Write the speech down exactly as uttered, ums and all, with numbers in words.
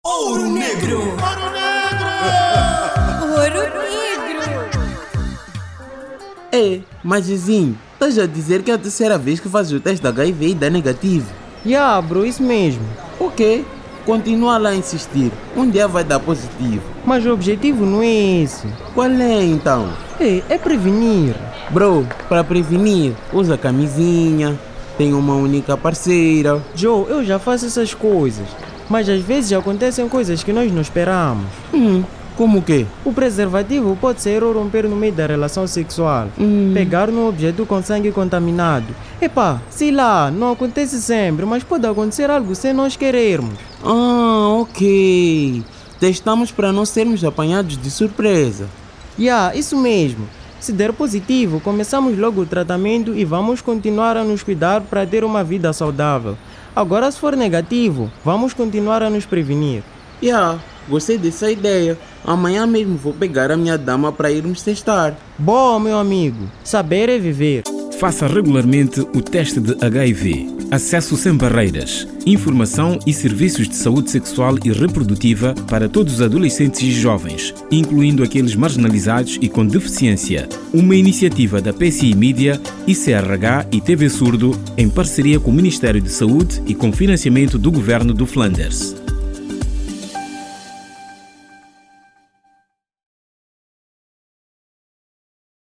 Ouro Negro! Ouro Negro! Ouro Negro! É, mas Gizinho, estás a dizer que é a terceira vez que fazes o teste da H I V e dá negativo? Yeah, bro, isso mesmo. Ok, continua lá a insistir. Um dia vai dar positivo. Mas o objetivo não é esse. Qual é então? É, é prevenir. Bro, para prevenir, usa camisinha, tem uma única parceira. Joe, eu já faço essas coisas. Mas às vezes acontecem coisas que nós não esperamos. Hum, como o quê? O preservativo pode ser ou romper no meio da relação sexual. Hum. Pegar num objeto com sangue contaminado. Epá, sei lá, não acontece sempre, mas pode acontecer algo sem nós querermos. Ah, ok. Testamos para não sermos apanhados de surpresa. Yeah, isso mesmo. Se der positivo, começamos logo o tratamento e vamos continuar a nos cuidar para ter uma vida saudável. Agora, se for negativo, vamos continuar a nos prevenir. Yeah, gostei dessa ideia. Amanhã mesmo vou pegar a minha dama para irmos testar. Bom, meu amigo, saber é viver. Faça regularmente o teste de H I V. Acesso sem barreiras. Informação e serviços de saúde sexual e reprodutiva para todos os adolescentes e jovens, incluindo aqueles marginalizados e com deficiência. Uma iniciativa da P C I Mídia, I C R H e T V Surdo, em parceria com o Ministério de Saúde e com financiamento do Governo do Flanders.